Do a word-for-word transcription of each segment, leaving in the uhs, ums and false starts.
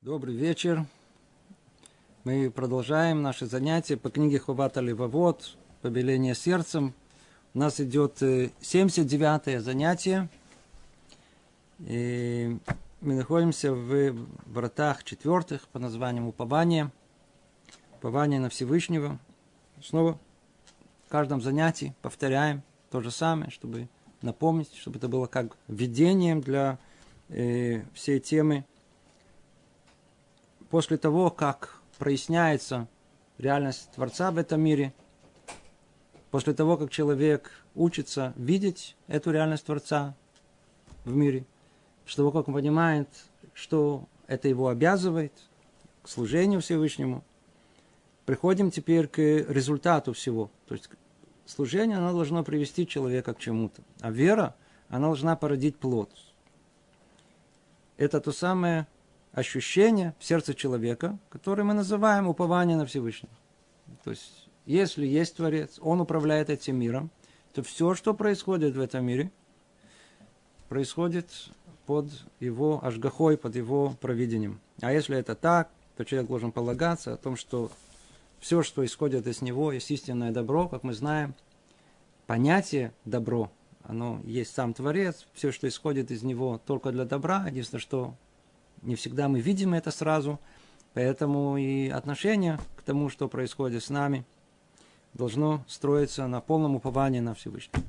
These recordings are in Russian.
Добрый вечер. Мы продолжаем наши занятия по книге Ховат Алевавот, повеление сердцем. У нас идет семьдесят девятое занятие. И мы находимся в вратах четвертых по названием упование. Упование на Всевышнего. Снова в каждом занятии повторяем то же самое, чтобы напомнить, чтобы это было как введением для э, всей темы. После того, как проясняется реальность Творца в этом мире, после того, как человек учится видеть эту реальность Творца в мире, после того, как он понимает, что это его обязывает к служению Всевышнему, приходим теперь к результату всего. То есть служение, оно должно привести человека к чему-то, а вера, она должна породить плод. Это то самое ощущение в сердце человека, которое мы называем упование на Всевышнего. То есть, если есть Творец, Он управляет этим миром, то все, что происходит в этом мире, происходит под Его ашгахой, под Его провидением. А если это так, то человек должен полагаться о том, что все, что исходит из Него, есть истинное добро. Как мы знаем, понятие добро, оно есть сам Творец, все, что исходит из Него, только для добра. Единственное, что не всегда мы видим это сразу, поэтому и отношение к тому, что происходит с нами, должно строиться на полном уповании на Всевышнего.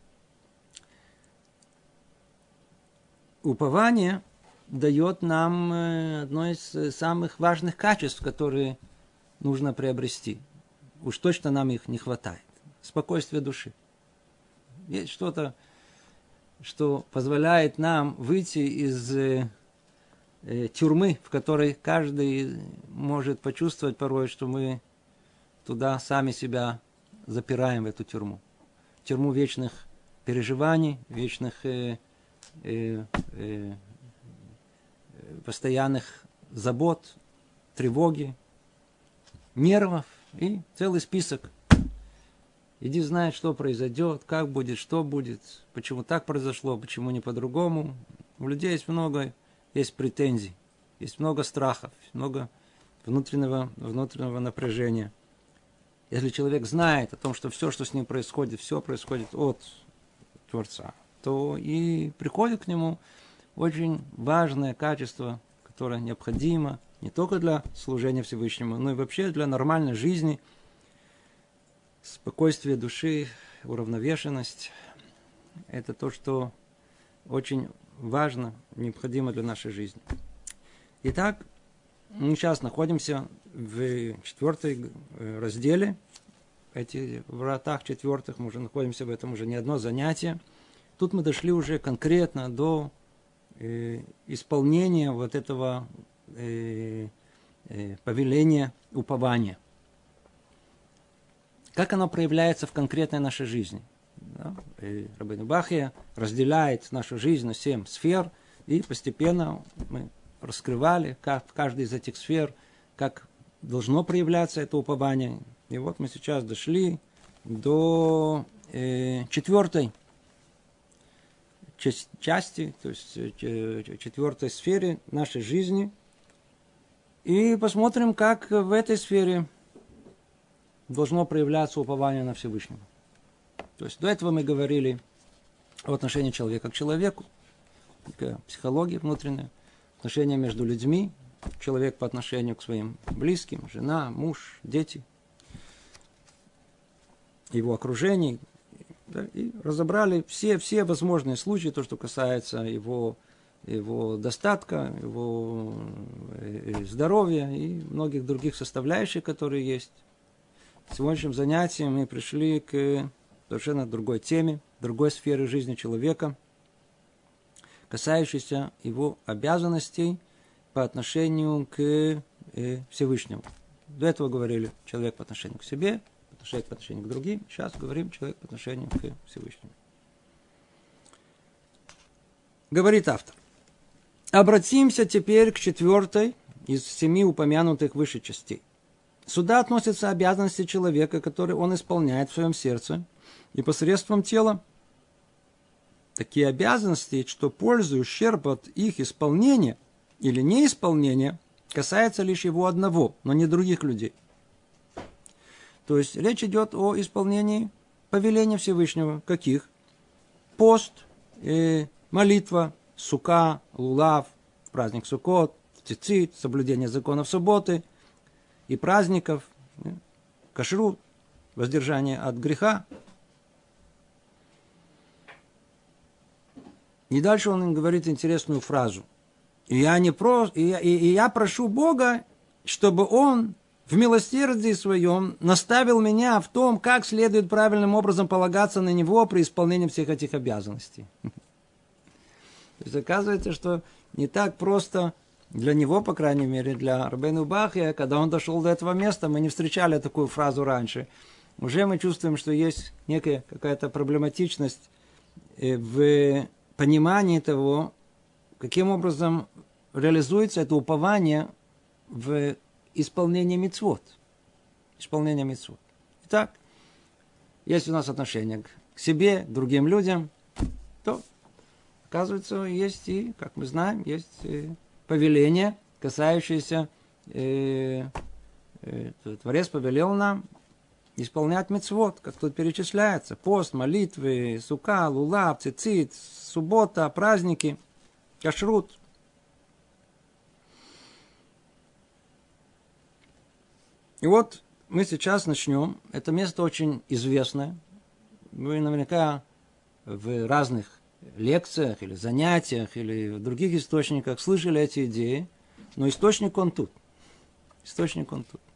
Упование дает нам одно из самых важных качеств, которые нужно приобрести. Уж точно нам их не хватает. Спокойствие души. Есть что-то, что позволяет нам выйти из тюрьмы, в которой каждый может почувствовать порой, что мы туда сами себя запираем, в эту тюрьму. Тюрьму вечных переживаний, вечных э, э, э, постоянных забот, тревоги, нервов и целый список. Иди знай, что произойдет, как будет, что будет, почему так произошло, почему не по-другому. У людей есть много Есть претензий, есть много страхов, много внутреннего, внутреннего напряжения. Если человек знает о том, что все, что с ним происходит, все происходит от Творца, то и приходит к нему очень важное качество, которое необходимо не только для служения Всевышнему, но и вообще для нормальной жизни, спокойствие души, уравновешенность. Это то, что очень важно, необходимо для нашей жизни. Итак, мы сейчас находимся в четвертом разделе, в этих вратах четвертых, мы уже находимся в этом уже не одно занятие. Тут мы дошли уже конкретно до э, исполнения вот этого э, э, повеления упования. Как оно проявляется в конкретной нашей жизни? Да? Рабейну Бахья разделяет нашу жизнь на семь сфер, и постепенно мы раскрывали как в каждой из этих сфер, как должно проявляться это упование. И вот мы сейчас дошли до э, четвертой части, то есть четвертой сфере нашей жизни. И посмотрим, как в этой сфере должно проявляться упование на Всевышнего. То есть до этого мы говорили о отношении человека к человеку, к психологии внутренней, отношения между людьми, человек по отношению к своим близким, жена, муж, дети, его окружение. Да, и разобрали все, все возможные случаи, то, что касается его, его достатка, его здоровья и многих других составляющих, которые есть. В сегодняшнем занятии мы пришли к совершенно другой теме, другой сферы жизни человека, касающейся его обязанностей по отношению к э, Всевышнему. До этого говорили человек по отношению к себе, человек по отношению к другим. Сейчас говорим человек по отношению к Всевышнему. Говорит автор. Обратимся теперь к четвертой из семи упомянутых выше частей. Сюда относятся обязанности человека, которые он исполняет в своем сердце и посредством тела. Такие обязанности, что пользу и ущерб от их исполнения или неисполнения касается лишь его одного, но не других людей. То есть речь идет о исполнении повеления Всевышнего. Каких? Пост, э, молитва, сука, лулав, праздник Суккот, цицит, соблюдение законов субботы и праздников, э, кашрут, воздержание от греха. И дальше он говорит интересную фразу. И я, не про... и я, и, и я прошу Бога, чтобы Он в милосердии своем наставил меня в том, как следует правильным образом полагаться на Него при исполнении всех этих обязанностей. То есть оказывается, что не так просто для него, по крайней мере, для Рабейну Бахья, когда он дошел до этого места, мы не встречали такую фразу раньше. Уже мы чувствуем, что есть некая какая-то проблематичность в понимании того, каким образом реализуется это упование в исполнении мицвот. Исполнение мицвот. Итак, есть у нас отношение к себе, к другим людям, то, оказывается, есть и, как мы знаем, есть повеление, касающееся, э, э, Творец повелел нам исполнять мицвот, как тут перечисляется. Пост, молитвы, сука, лулав, цицит, суббота, праздники, кашрут. И вот мы сейчас начнем. Это место очень известное. Вы наверняка в разных лекциях или занятиях или в других источниках слышали эти идеи. Но источник он тут. Источник он тут.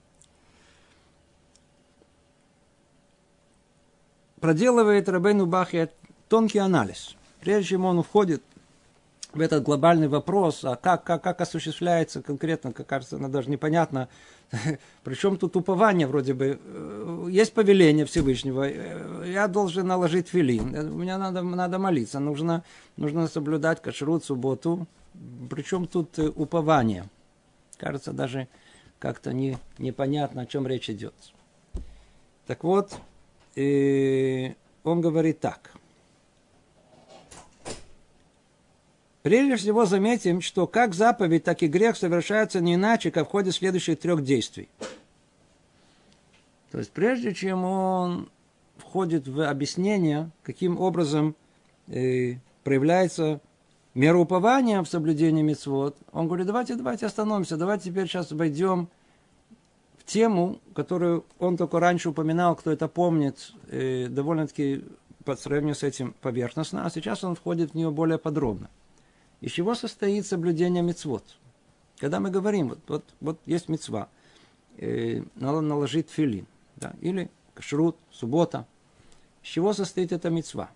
Проделывает Рабейну Бахья тонкий анализ. Прежде чем он входит в этот глобальный вопрос, а как, как, как осуществляется конкретно, как кажется, ну, даже непонятно. Причем тут упование вроде бы. Есть повеление Всевышнего. Я должен наложить филин. Мне надо, надо молиться. Нужно, нужно соблюдать кашрут, субботу. Причем тут упование. Кажется, даже как-то не, непонятно, о чем речь идет. Так вот, и он говорит так. Прежде всего заметим, что как заповедь, так и грех совершаются не иначе, как в ходе следующих трех действий. То есть прежде чем он входит в объяснение, каким образом э, проявляется мера упования в соблюдении мицвот, он говорит, давайте, давайте остановимся, давайте теперь сейчас войдем в тему, которую он только раньше упоминал, кто это помнит, э, довольно-таки по сравнению с этим поверхностно, а сейчас он входит в нее более подробно. Из чего состоит соблюдение мицвот? Когда мы говорим, вот, вот, вот есть мицва, э, надо наложить филин, да, или кашрут, суббота. Из чего состоит эта мицва?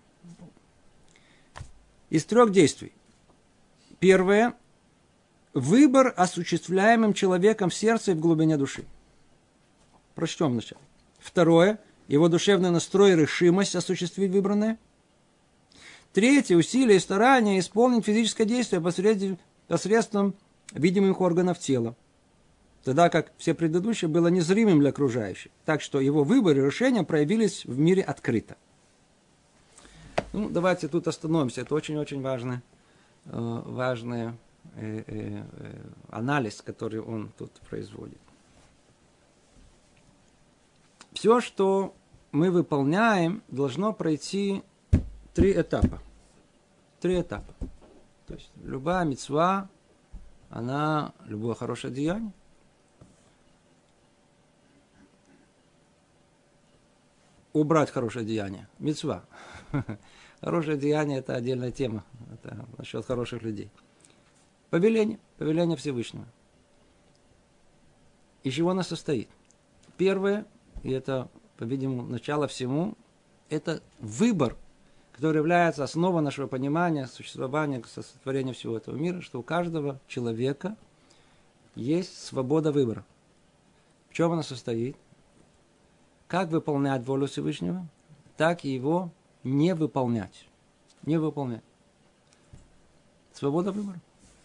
Из трех действий. Первое – выбор, осуществляемым человеком в сердце и в глубине души. Прочтем вначале. Второе – его душевный настрой и решимость осуществить выбранное. Третье – усилие и старание исполнить физическое действие посредством видимых органов тела. Тогда как все предыдущие было незримым для окружающих. Так что его выбор и решения проявились в мире открыто. Ну, давайте тут остановимся. Это очень-очень важный, э, важный э, э, анализ, который он тут производит. Все, что мы выполняем, должно пройти три этапа. Три этапа. То есть любая мицва, она, любое хорошее деяние, убрать хорошее деяние. Мицва. Хорошее деяние – это отдельная тема. Это насчет хороших людей. Повеление. Повеление Всевышнего. Из чего оно состоит? Первое, и это, по-видимому, начало всему, это выбор, который является основой нашего понимания, существования, сотворения всего этого мира, что у каждого человека есть свобода выбора. В чем она состоит? Как выполнять волю Всевышнего, так и его не выполнять. Не выполнять. Свобода выбора.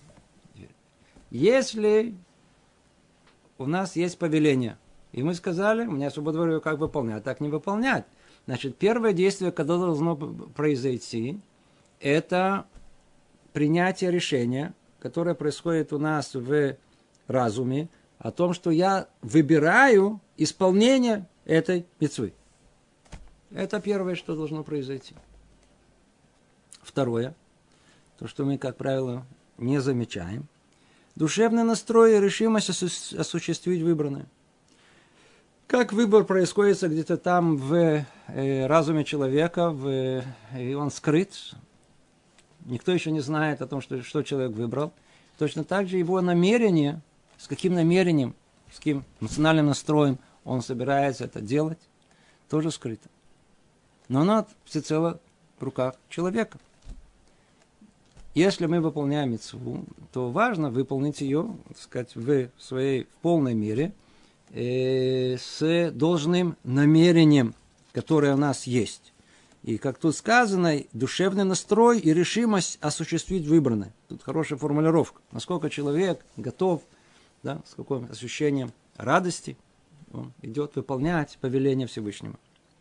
Если у нас есть повеление, и мы сказали, у меня свобода выбора, как выполнять, так не выполнять. Значит, первое действие, которое должно произойти, это принятие решения, которое происходит у нас в разуме о том, что я выбираю исполнение этой мицвы. Это первое, что должно произойти. Второе, то, что мы, как правило, не замечаем. Душевный настрой и решимость осу- осуществить выбранное. Как выбор происходит где-то там в э, разуме человека, в, и он скрыт. Никто еще не знает о том, что, что человек выбрал. Точно так же его намерение, с каким намерением, с каким эмоциональным настроем он собирается это делать, тоже скрыто. Но оно всецело в руках человека. Если мы выполняем мицву, то важно выполнить ее, так сказать, в своей в полной мере, э, с должным намерением, которое у нас есть. И, как тут сказано, душевный настрой и решимость осуществить выбранное. Тут хорошая формулировка. Насколько человек готов, да, с каким ощущением радости он идет выполнять повеление Всевышнего.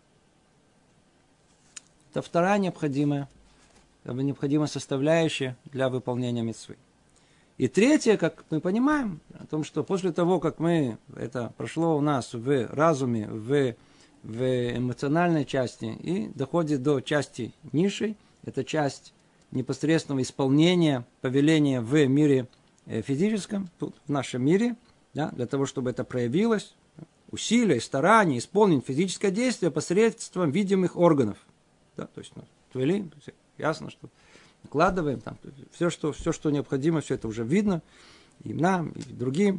Это вторая необходимая, необходимая составляющая для выполнения мицвы. И третье, как мы понимаем, о том, что после того, как мы, это прошло у нас в разуме, в, в эмоциональной части и доходит до части низшей, это часть непосредственного исполнения повеления в мире физическом, тут в нашем мире, да, для того, чтобы это проявилось, усилия, старания исполнить физическое действие посредством видимых органов. Да, то есть, ну, твилин, ясно, что накладываем, там, все, что, все, что необходимо, все это уже видно и нам, и другим.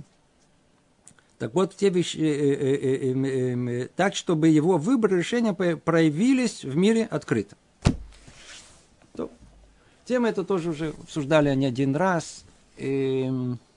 Так вот, те вещи, э, э, э, э, так, чтобы его выбор и решения проявились в мире открыто. То, тему эту тоже уже обсуждали не один раз. Э,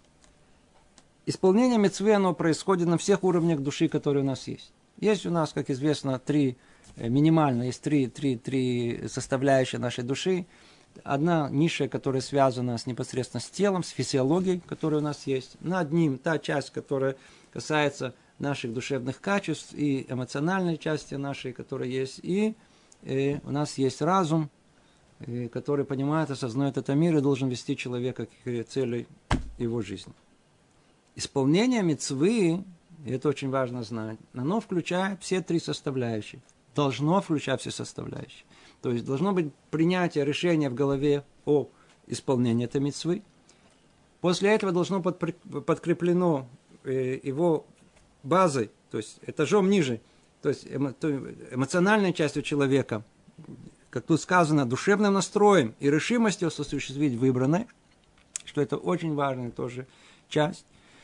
исполнение мицвы, оно происходит на всех уровнях души, которые у нас есть. Есть у нас, как известно, три минимально есть три, три, три составляющие нашей души. Одна низшая, которая связана с, непосредственно с телом, с физиологией, которая у нас есть. Над ним та часть, которая касается наших душевных качеств и эмоциональной части нашей, которая есть. И э, у нас есть разум, э, который понимает, осознает этот мир и должен вести человека к цели его жизни. Исполнение мицвы, и это очень важно знать, оно включает все три составляющие. Должно включать все составляющие. То есть должно быть принятие решения в голове о исполнении этой мицвы. После этого должно быть подкреплено его базой, то есть этажом ниже, то есть эмоциональной частью человека, как тут сказано, душевным настроем и решимостью осуществить выбранное, что это очень важная тоже часть.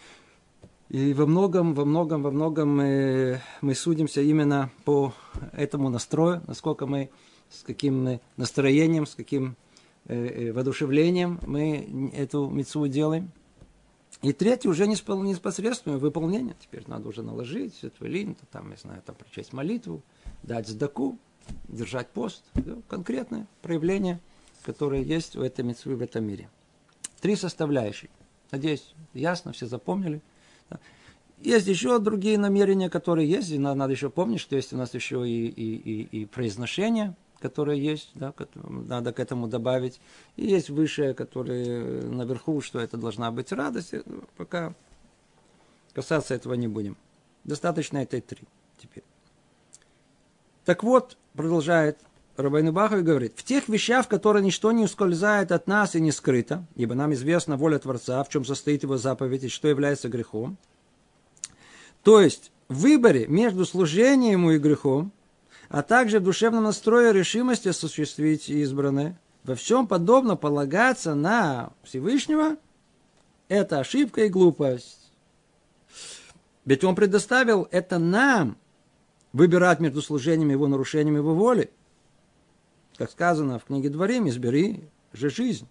И во многом, во многом, во многом мы, мы судимся именно по этому настрою, насколько мы, с каким настроением, с каким э, воодушевлением мы эту мицву делаем. И третье уже непосредственное выполнение. Теперь надо уже наложить твилин, там, я знаю, там прочесть молитву, дать сдаку, держать пост. Да, конкретное проявление, которое есть в этой мицве, в этом мире. Три составляющие. Надеюсь, ясно, все запомнили. Есть еще другие намерения, которые есть, и надо, надо еще помнить, что есть у нас еще и, и, и, и произношение, которое есть, да, надо к этому добавить. И есть высшее, которое наверху, что это должна быть радость. Пока касаться этого не будем. Достаточно этой три теперь. Так вот, продолжает Рабейну Баху и говорит, в тех вещах, в которые ничто не ускользает от нас и не скрыто, ибо нам известна воля Творца, в чем состоит его заповедь и что является грехом, то есть в выборе между служением ему и грехом, а также в душевном настрое решимости осуществить избранное, во всем подобно полагаться на Всевышнего, это ошибка и глупость. Ведь он предоставил это нам выбирать между служением его, нарушением его воли. Как сказано в книге Дворим, избери же жизнь.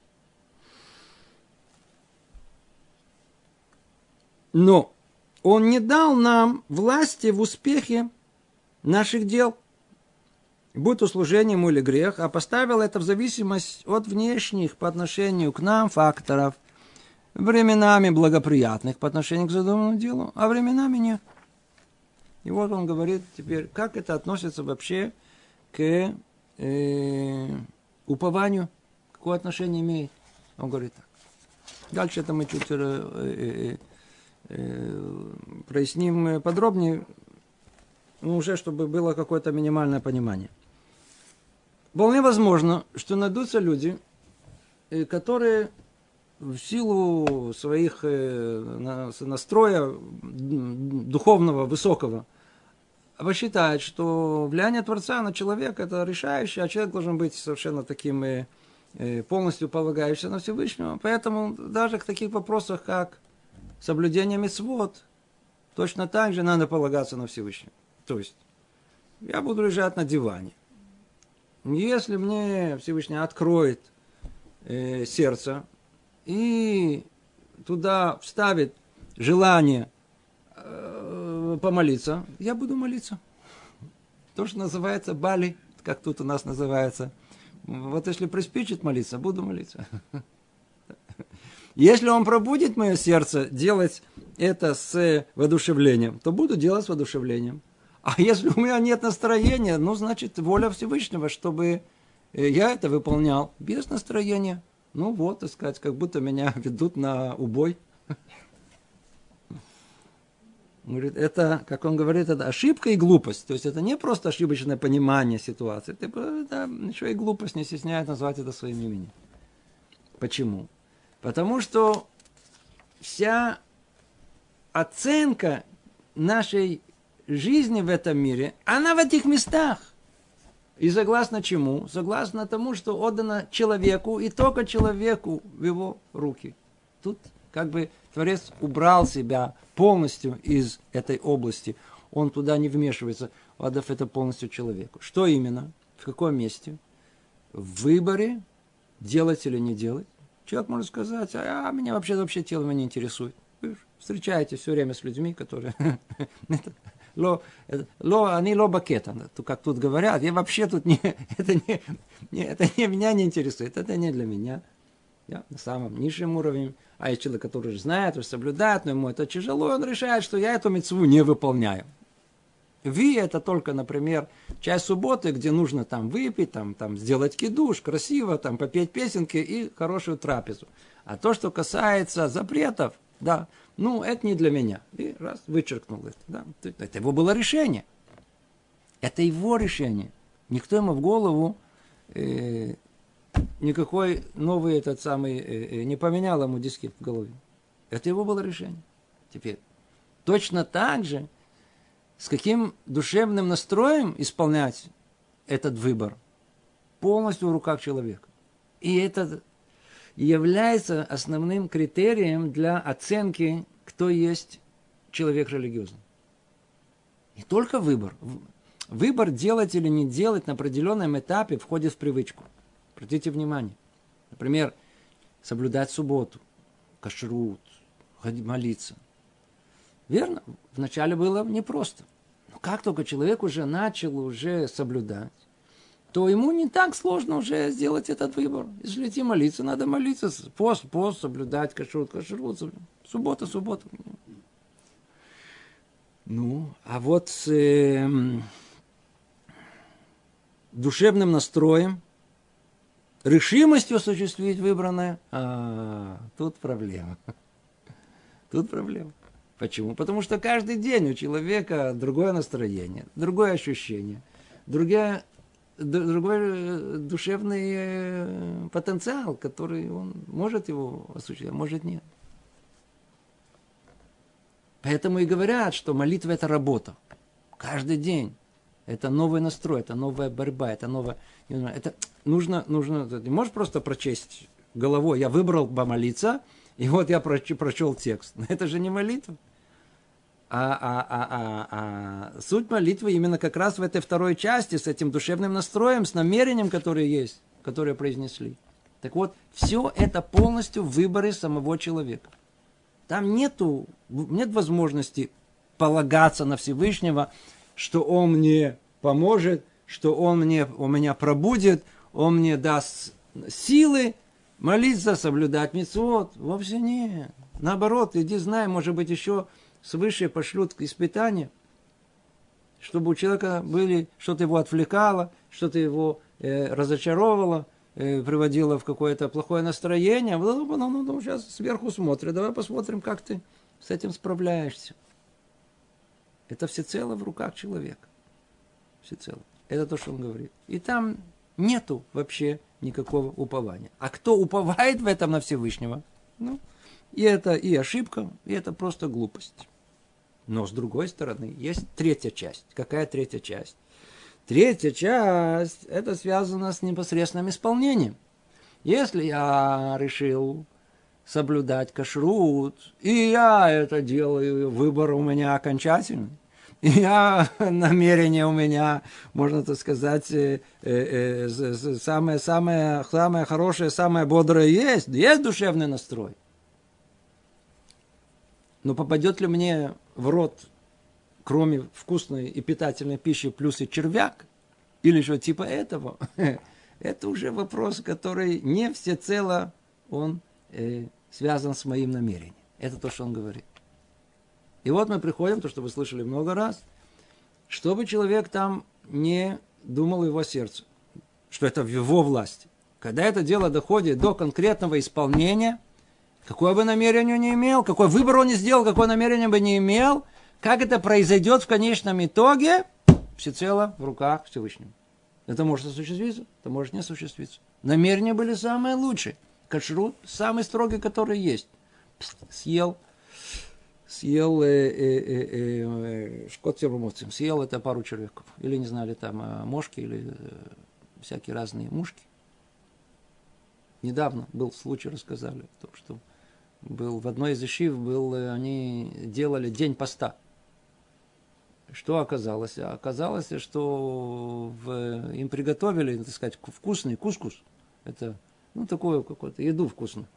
Но он не дал нам власти в успехе наших дел, будь то служение ему или грех, а поставил это в зависимость от внешних по отношению к нам факторов, временами благоприятных по отношению к задуманному делу, а временами нет. И вот он говорит теперь, как это относится вообще к э, упованию, какое отношение имеет. Он говорит так. Дальше это мы чуть э, э, э, проясним подробнее, ну, уже чтобы было какое-то минимальное понимание. Вполне возможно, что найдутся люди, которые в силу своих настроя духовного, высокого, посчитают, что влияние Творца на человека это решающее, а человек должен быть совершенно таким полностью полагающимся на Всевышнего. Поэтому даже в таких вопросах, как соблюдение мицвот, точно так же надо полагаться на Всевышнего. То есть, я буду лежать на диване. Если мне Всевышний откроет э, сердце и туда вставит желание э, помолиться, я буду молиться. То, что называется бали, как тут у нас называется. Вот если приспичит молиться, буду молиться. Если он пробудит мое сердце делать это с воодушевлением, то буду делать с воодушевлением. А если у меня нет настроения, ну, значит, воля Всевышнего, чтобы я это выполнял без настроения. Ну, вот, так сказать, как будто меня ведут на убой. Говорит, это, как он говорит, это ошибка и глупость. То есть, это не просто ошибочное понимание ситуации. Это, это еще и глупость, не стесняет назвать это своим именем. Почему? Потому что вся оценка нашей жизни в этом мире, она в этих местах. И согласно чему? Согласно тому, что отдано человеку и только человеку в его руки. Тут как бы Творец убрал себя полностью из этой области. Он туда не вмешивается, отдав это полностью человеку. Что именно? В каком месте? В выборе, делать или не делать. Человек может сказать, а меня вообще, вообще тело меня не интересует. Вы встречаетесь все время с людьми, которые... Ло, ло, они ло бакета, как тут говорят, я вообще тут не, это не, не, это не меня не интересует, это не для меня. Я на самом низшем уровне, а есть человек, который знает, соблюдает, но ему это тяжело, он решает, что я эту мицву не выполняю. Ви это только, например, часть субботы, где нужно там выпить, там, там сделать кидуш, красиво, там попеть песенки и хорошую трапезу. А то, что касается запретов, да, ну, это не для меня. И раз, вычеркнул это. Да. Это его было решение. Это его решение. Никто ему в голову э, никакой новый этот самый, э, не поменял ему дискет в голове. Это его было решение. Теперь, точно так же, с каким душевным настроем исполнять этот выбор, полностью в руках человека. И это является основным критерием для оценки, кто есть человек религиозный. Не только выбор. Выбор делать или не делать на определенном этапе входит в привычку. Обратите внимание. Например, соблюдать субботу, кашрут, молиться. Верно? Вначале было непросто. Но как только человек уже начал уже соблюдать, то ему не так сложно уже сделать этот выбор. Если идти молиться, надо молиться. Пост, пост, соблюдать, кашрут, кашрут, суббота, суббота. Ну, а вот с э, душевным настроем, решимостью осуществить выбранное, а, тут проблема. Тут проблема. Почему? Потому что каждый день у человека другое настроение, другое ощущение, другая другой душевный потенциал, который он может его осуществить, а может нет. Поэтому и говорят, что молитва – это работа. Каждый день. Это новый настрой, это новая борьба, это новое... Это нужно, нужно... Не можешь просто прочесть головой. Я выбрал помолиться, и вот я прочел текст. Это же не молитва. А, а, а, а, а суть молитвы именно как раз в этой второй части, с этим душевным настроем, с намерением, которое есть, которое произнесли. Так вот, все это полностью в выборе самого человека. Там нету, нет возможности полагаться на Всевышнего, что Он мне поможет, что Он мне, у меня пробудет, Он мне даст силы молиться, соблюдать мицвот. Вовсе нет. Наоборот, иди знай, может быть, еще свыше пошлют испытания, чтобы у человека были, что-то его отвлекало, что-то его э, разочаровало, э, приводило в какое-то плохое настроение, ну, ну, ну, ну, сейчас сверху смотрит, давай посмотрим, как ты с этим справляешься. Это всецело в руках человека. Всецело. Это то, что он говорит. И там нету вообще никакого упования. А кто уповает в этом на Всевышнего? Ну, и это и ошибка, и это просто глупость. Но с другой стороны, есть третья часть. Какая третья часть? Третья часть, это связано с непосредственным исполнением. Если я решил соблюдать кашрут, и я это делаю, выбор у меня окончательный, и я, намерение у меня, можно так сказать, э, э, э, самое, самое, самое хорошее, самое бодрое есть, есть душевный настрой. Но попадет ли мне в рот, кроме вкусной и питательной пищи, плюс и червяк, или что типа этого, это уже вопрос, который не всецело он э, связан с моим намерением. Это то, что он говорит. И вот мы приходим, то, что вы слышали много раз, чтобы человек там не думал его сердце, что это в его власти. Когда это дело доходит до конкретного исполнения, какое бы намерение он не имел, какой выбор он не сделал, какое намерение бы не имел, как это произойдет в конечном итоге, всецело в руках Всевышнего. Это может осуществиться, это может не осуществиться. Намерения были самые лучшие. Кашрут самый строгий, который есть. Съел, съел э, э, э, э, шкот термоцим, съел это пару червяков. Или, не знали, там э, мошки, или э, всякие разные мушки. Недавно был случай, рассказали, о том, что был в одной из ишив, был, они делали день поста. Что оказалось? Оказалось, что в, им приготовили, так сказать, вкусный кускус. Это, ну, такую какую-то еду вкусную.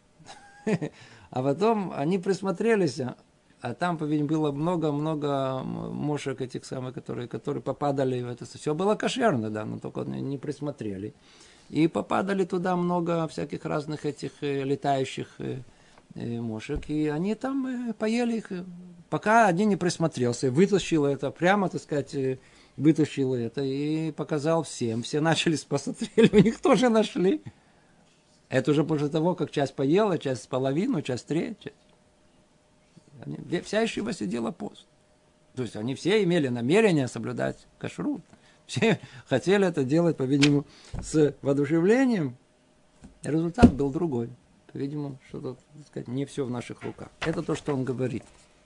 А потом они присмотрелись, а там, по-видимому, было много-много мошек этих самых, которые, которые попадали в это. Все было кошерно, да, но только не присмотрели. И попадали туда много всяких разных этих летающих мошек, и они там поели их, пока один не присмотрелся, вытащил это, прямо, так сказать, вытащил это и показал всем. Все начали посмотреть, у них тоже нашли. Это уже после того, как часть поела, часть половину, часть треть. Часть. Они, вся ишива сидела пост. То есть они все имели намерение соблюдать кашрут. Все хотели это делать, по-видимому, с воодушевлением. Результат был другой. По-видимому, что-то, так сказать, не все в наших руках. Это то, что он говорит.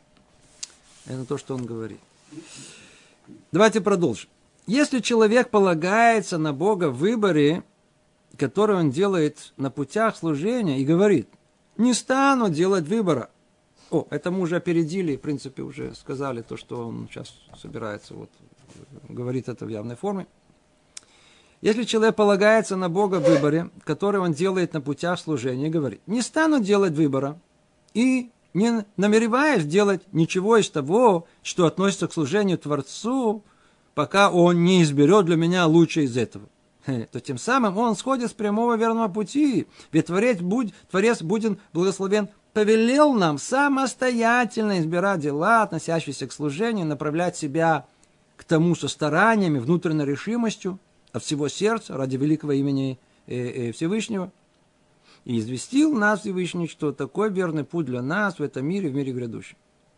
Это то, что он говорит. Давайте продолжим. Если человек полагается на Бога в выборе, который он делает на путях служения, и говорит, не стану делать выбора. О, это мы уже опередили, в принципе, уже сказали то, что он сейчас собирается, вот, говорит это в явной форме. Если человек полагается на Бога в выборе, который он делает на путях служения, и говорит, не стану делать выбора, и не намереваюсь делать ничего из того, что относится к служению Творцу, пока он не изберет для меня лучшее из этого, то тем самым он сходит с прямого верного пути. Ведь Творец, будь, Творец буден благословен, повелел нам самостоятельно избирать дела, относящиеся к служению, направлять себя к тому со стараниями, внутренней решимостью, от всего сердца, ради великого имени Всевышнего. И известил нас Всевышний, что такой верный путь для нас в этом мире, в мире грядущем.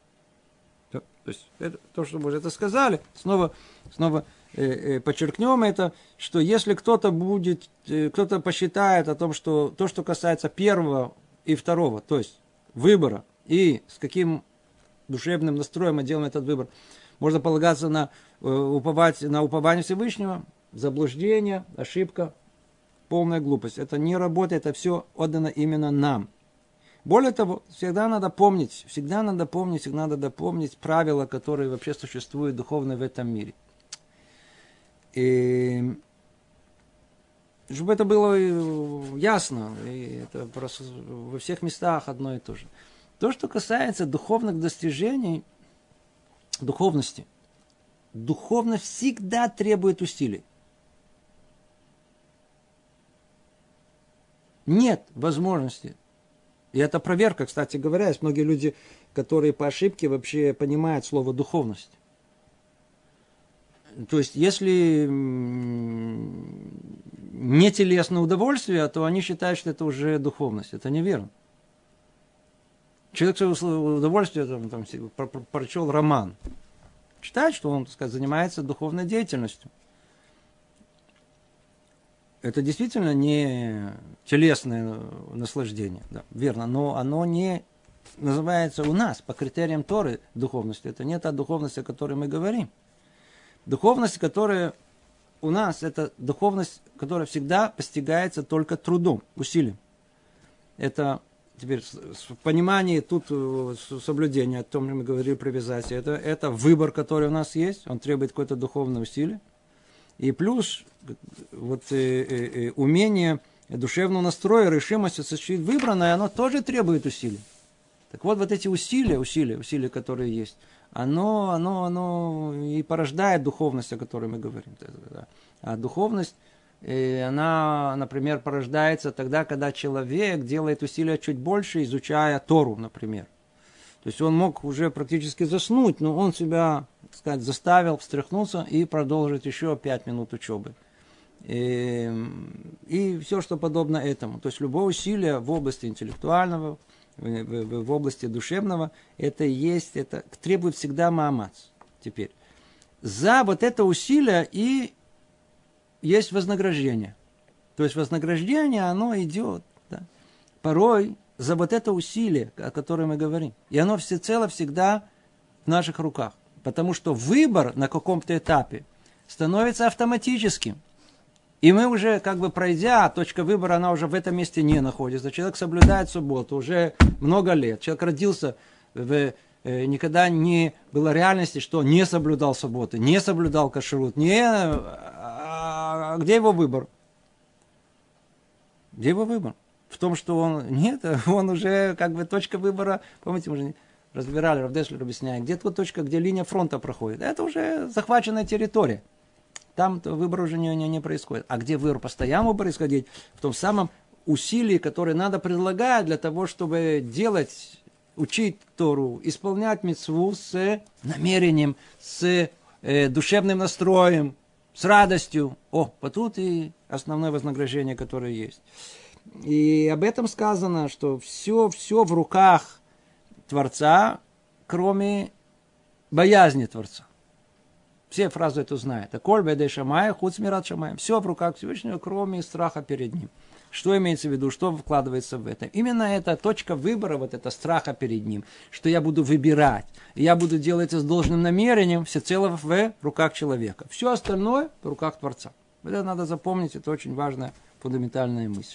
То есть, это, то, что мы уже это сказали, снова, снова э, э, подчеркнем это, что если кто-то будет, э, кто-то посчитает о том, что то, что касается первого и второго, то есть выбора, и с каким душевным настроем мы делаем этот выбор, можно полагаться на, э, уповать, на упование Всевышнего, заблуждение, ошибка, полная глупость. Это не работает, это все отдано именно нам. Более того, всегда надо помнить, всегда надо помнить, всегда надо помнить правила, которые вообще существуют духовно в этом мире. И чтобы это было ясно, и это просто во всех местах одно и то же. То, что касается духовных достижений, духовности, духовность всегда требует усилий. Нет возможности. И это проверка, кстати говоря, есть многие люди, которые по ошибке вообще понимают слово духовность. То есть, если не телесное удовольствие, то они считают, что это уже духовность. Это неверно. Человек свое удовольствие там, там, прочел роман. Считает, что он, так сказать, занимается духовной деятельностью. Это действительно не телесное наслаждение. Да, верно, но оно не называется у нас по критериям Торы духовностью. Это не та духовность, о которой мы говорим. Духовность, которая у нас, это духовность, которая всегда постигается только трудом, усилием. Это теперь в понимании тут соблюдения, о том, что мы говорили, привязаться, это, это выбор, который у нас есть, он требует какое-то духовное усилие. И плюс вот, э, э, умение душевного настроя, решимость осуществить выбранное, оно тоже требует усилий. Так вот, вот эти усилия, усилия, усилия, которые есть, оно, оно, оно и порождает духовность, о которой мы говорим. А духовность, она, например, порождается тогда, когда человек делает усилия чуть больше, изучая Тору, например. То есть он мог уже практически заснуть, но он себя, так сказать, заставил, встряхнуться и продолжить еще пять минут учебы. И, и все, что подобно этому. То есть любое усилие в области интеллектуального, в, в, в области душевного, это есть, это требует всегда маамац. Теперь, за вот это усилие и есть вознаграждение. То есть вознаграждение, оно идет, да, порой за вот это усилие, о котором мы говорим. И оно всецело всегда в наших руках. Потому что выбор на каком-то этапе становится автоматическим. И мы уже, как бы пройдя, точка выбора, она уже в этом месте не находится. Человек соблюдает субботу уже много лет. Человек родился, в, э, никогда не было реальности, что не соблюдал субботы, не соблюдал кашрут. Не, а, где его выбор? Где его выбор? В том, что он... Нет, он уже, как бы, точка выбора... Помните, мы же разбирали, Рав Деслер объясняет, где тут точка, где линия фронта проходит. Это уже захваченная территория. Там выбор уже не, не, не происходит. А где выбор постоянно происходит? В том самом усилии, которое надо предлагать для того, чтобы делать, учить Тору, исполнять мицву с намерением, с э, душевным настроем, с радостью. О, вот тут и основное вознаграждение, которое есть. И об этом сказано, что все, все в руках Творца, кроме боязни Творца. Все фразу эту знают. Коль бедей шамая, худ смират шамаем. Все в руках Всевышнего, кроме страха перед ним. Что имеется в виду? Что вкладывается в это? Именно эта точка выбора, вот это страха перед ним, что я буду выбирать, и я буду делать это с должным намерением, всецело в руках человека. Все остальное в руках Творца. Это надо запомнить, это очень важная фундаментальная мысль.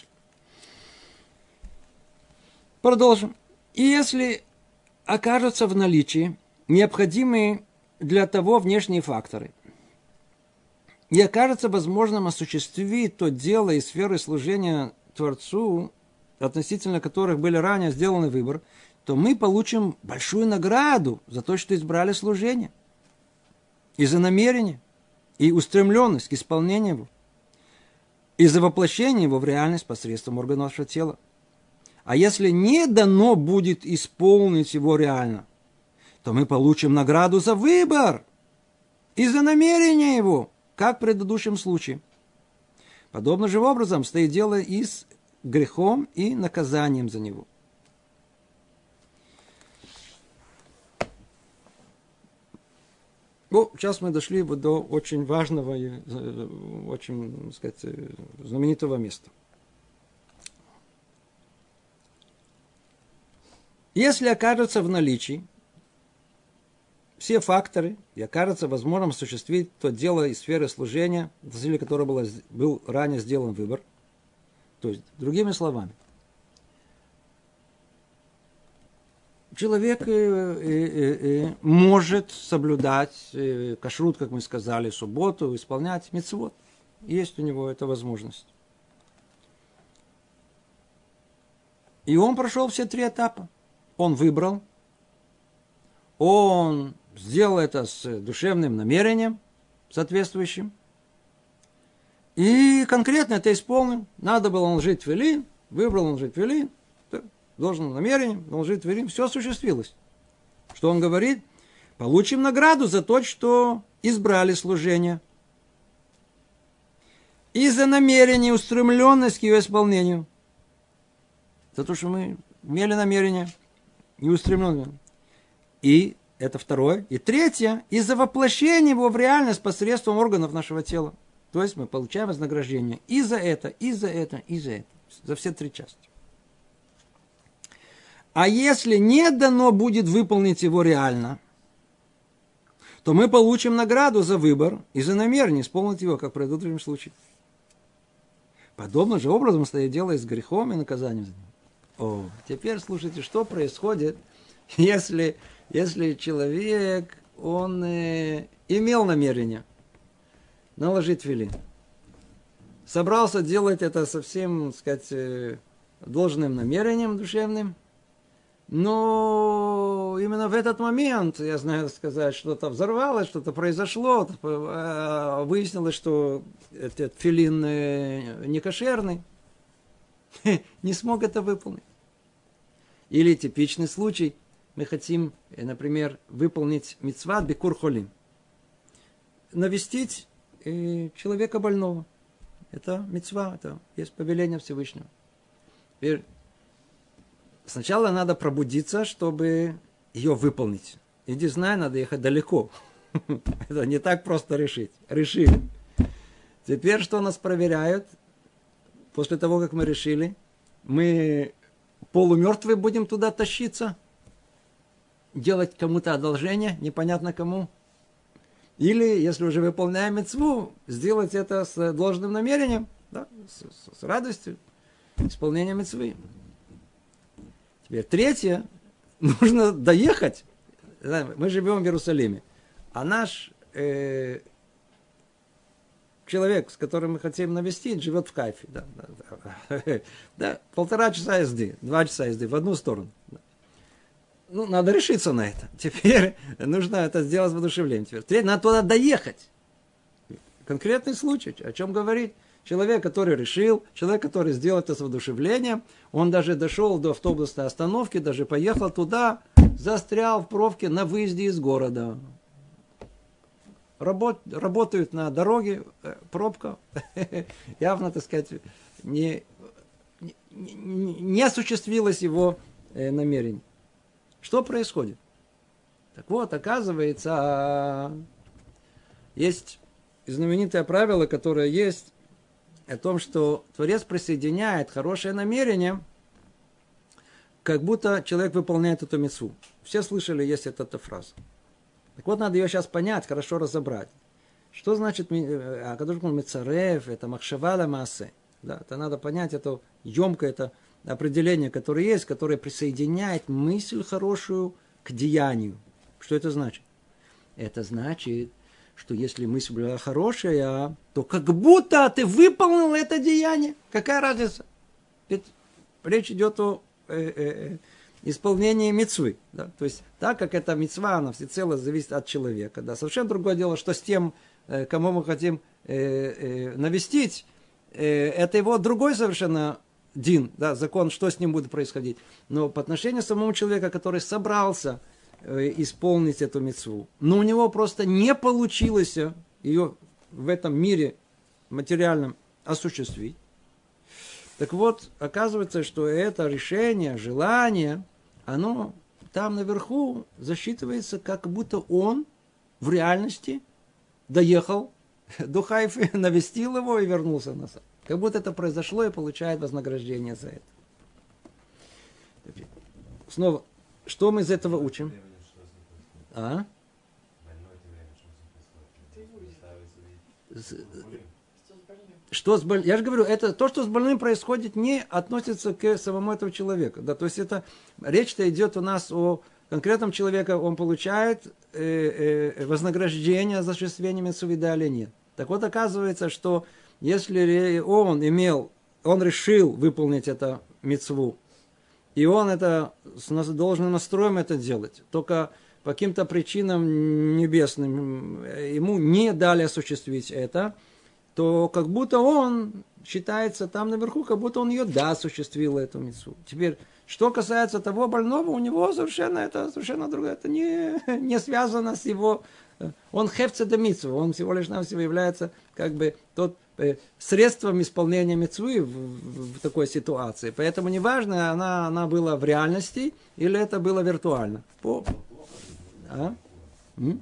Продолжим. И если окажутся в наличии необходимые для того внешние факторы, и окажется возможным осуществить то дело и сферы служения Творцу, относительно которых были ранее сделаны выбор, то мы получим большую награду за то, что избрали служение, и за намерение, и устремленность к исполнению его, и за воплощение его в реальность посредством органов нашего тела. А если не дано будет исполнить его реально, то мы получим награду за выбор и за намерение его, как в предыдущем случае. Подобным же образом стоит дело и с грехом, и наказанием за него. Ну, сейчас мы дошли до очень важного и очень, так сказать, знаменитого места. Если окажется в наличии все факторы, и окажется возможным осуществить то дело из сферы служения, в отношении которого было, был ранее сделан выбор, то есть, другими словами, человек э, э, э, может соблюдать э, кашрут, как мы сказали, субботу, исполнять мицвот. Есть у него эта возможность. И он прошел все три этапа. Он выбрал, он сделал это с душевным намерением соответствующим, и конкретно это исполнил. Надо было наложить тфилин, выбрал наложить тфилин, должным намерением наложить тфилин, все осуществилось. Что он говорит? Получим награду за то, что избрали служение. из-за намерения, устремленность к ее исполнению. За то, что мы имели намерение и устремленность. И это второе. И третье, из-за воплощения его в реальность посредством органов нашего тела. То есть мы получаем вознаграждение и за это, и за это, и за это. За все три части. А если не дано будет выполнить его реально, то мы получим награду за выбор и за намерение исполнить его, как в предыдущем случае. Подобным же образом стоит дело и с грехом и наказанием за него. О, теперь слушайте, что происходит, если, если человек, он э, имел намерение наложить тфилин. Собрался делать это совсем, так сказать, э, должным намерением душевным, но именно в этот момент, я знаю сказать, что-то взорвалось, что-то произошло, выяснилось, что этот тфилин не кошерный, не смог это выполнить. Или типичный случай, мы хотим, например, выполнить мицват бикур холим, навестить человека больного. Это мицва, это есть повеление Всевышнего. Теперь сначала надо пробудиться, чтобы ее выполнить. Иди знай, надо ехать далеко. Это не так просто решить. Решили. Теперь что нас проверяют? После того, как мы решили, мы полумертвые будем туда тащиться, делать кому-то одолжение, непонятно кому. Или, если уже выполняем мицву, сделать это с должным намерением, да, с, с радостью, исполнением мицвы. Теперь третье, нужно доехать. Мы живем в Иерусалиме, а наш э, человек, с которым мы хотим навестить, живет в Хайфе. Да, да, да, да, полтора часа езды, два часа езды в одну сторону. Ну, надо решиться на это. Теперь нужно это сделать с воодушевлением. Теперь третье, надо туда доехать. Конкретный случай, о чем говорить. Человек, который решил, человек, который сделал это с воодушевлением, он даже дошел до автобусной остановки, даже поехал туда, застрял в пробке на выезде из города. Работ, работают на дороге, пробка, явно, так сказать, не, не, не осуществилось его намерение. Что происходит? Так вот, оказывается, есть знаменитое правило, которое есть, о том, что Творец присоединяет хорошее намерение, как будто человек выполняет эту мицву. Все слышали, есть эта, эта фраза. Так вот, надо ее сейчас понять, хорошо разобрать. Что значит Акадош Барух Ху мицарев, это махшава ла маасе. Да, это надо понять, это емкое это определение, которое есть, которое присоединяет мысль хорошую к деянию. Что это значит? Это значит, что если мысль была хорошая, то как будто ты выполнил это деяние. Какая разница? Ведь речь идет о э, э, исполнении мицвы. Да? То есть, так как эта мицва, она всецело зависит от человека. Да? Совершенно другое дело, что с тем, э, кому мы хотим э, э, навестить, э, это его другой совершенно дин, да, закон, что с ним будет происходить. Но по отношению к самому человеку, который собрался исполнить эту мицву, но у него просто не получилось ее в этом мире материальном осуществить. Так вот, оказывается, что это решение, желание, оно там наверху засчитывается, как будто он в реальности доехал до Хайфы, навестил его и вернулся назад. Как будто это произошло и получает вознаграждение за это. Снова, что мы из этого учим? А? Что с больным? Я же говорю, это то, что с больным происходит, не относится к самому этому человеку. Да, то есть это речь-то идет у нас о конкретном человеке, он получает э, э, вознаграждение за осуществление мицвы, да или нет. Так вот, оказывается, что если он имел, он решил выполнить это мицву, и он это с должным настроем это делать, только по каким-то причинам небесным ему не дали осуществить это, то как будто он считается там наверху, как будто он ее да осуществил, эту мицву. Теперь, что касается того больного, у него совершенно это совершенно другое, это не, не связано с его он хефце де митцва, он всего лишь навсего является как бы тот э, средством исполнения митцвы в, в, в такой ситуации. Поэтому неважно, она, она была в реальности или это было виртуально. По... А? М?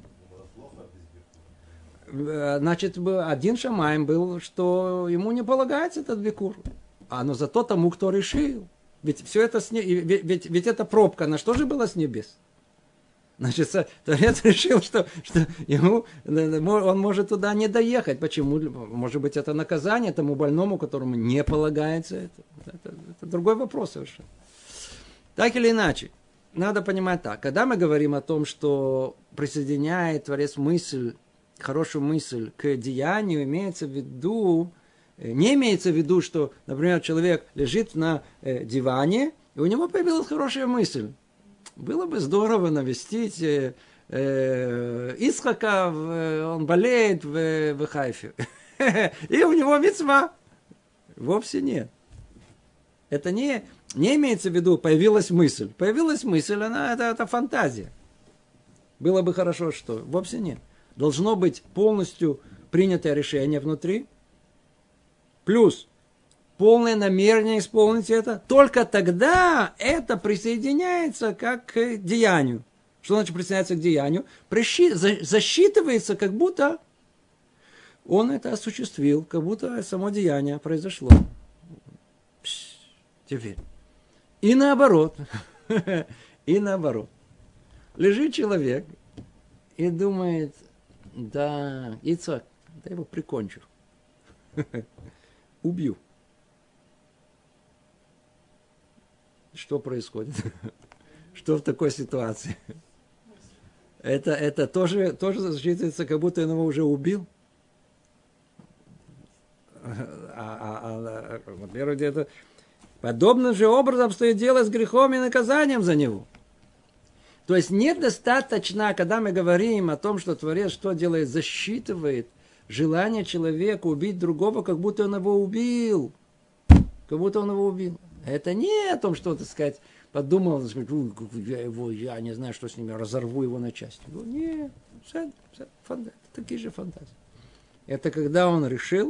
Значит, один шамаем был, что ему не полагается этот бикур. А но зато тому, кто решил. Ведь все это с не... ведь, ведь, ведь эта пробка, на что же была с небес? Значит, Творец решил, что, что ему, он может туда не доехать. Почему? Может быть, это наказание тому больному, которому не полагается это. Это, это другой вопрос совершенно. Так или иначе, надо понимать так. Когда мы говорим о том, что присоединяет Творец мысль, хорошую мысль к деянию, имеется в виду, не имеется в виду, что, например, человек лежит на диване, и у него появилась хорошая мысль. Было бы здорово навестить э, э, Ицхака, в, он болеет в, в Хайфе. И у него мицва. Вовсе нет. Это не, не имеется в виду, появилась мысль. Появилась мысль, она, это, это фантазия. Было бы хорошо, что? Вовсе нет. Должно быть полностью принятое решение внутри. Плюс полное намерение исполнить это. Только тогда это присоединяется как к деянию. Что значит присоединяется к деянию? Засчитывается, как будто он это осуществил, как будто само деяние произошло. Теперь. И наоборот. И наоборот. Лежит человек и думает, да, Ицхак, да я его прикончу. Убью. Что происходит? Что в такой ситуации? Это, это тоже, тоже засчитывается, как будто он его уже убил. А, а, а, во-первых, это подобным же образом стоит дело с грехом и наказанием за него. То есть недостаточно, когда мы говорим о том, что Творец что делает, засчитывает желание человека убить другого, как будто он его убил. Как будто он его убил. Это не о том, что, так сказать, подумал, так сказать, я его, я не знаю, что с ними, разорву его на части. Нет, это, это, это такие же фантазии. Это когда он решил,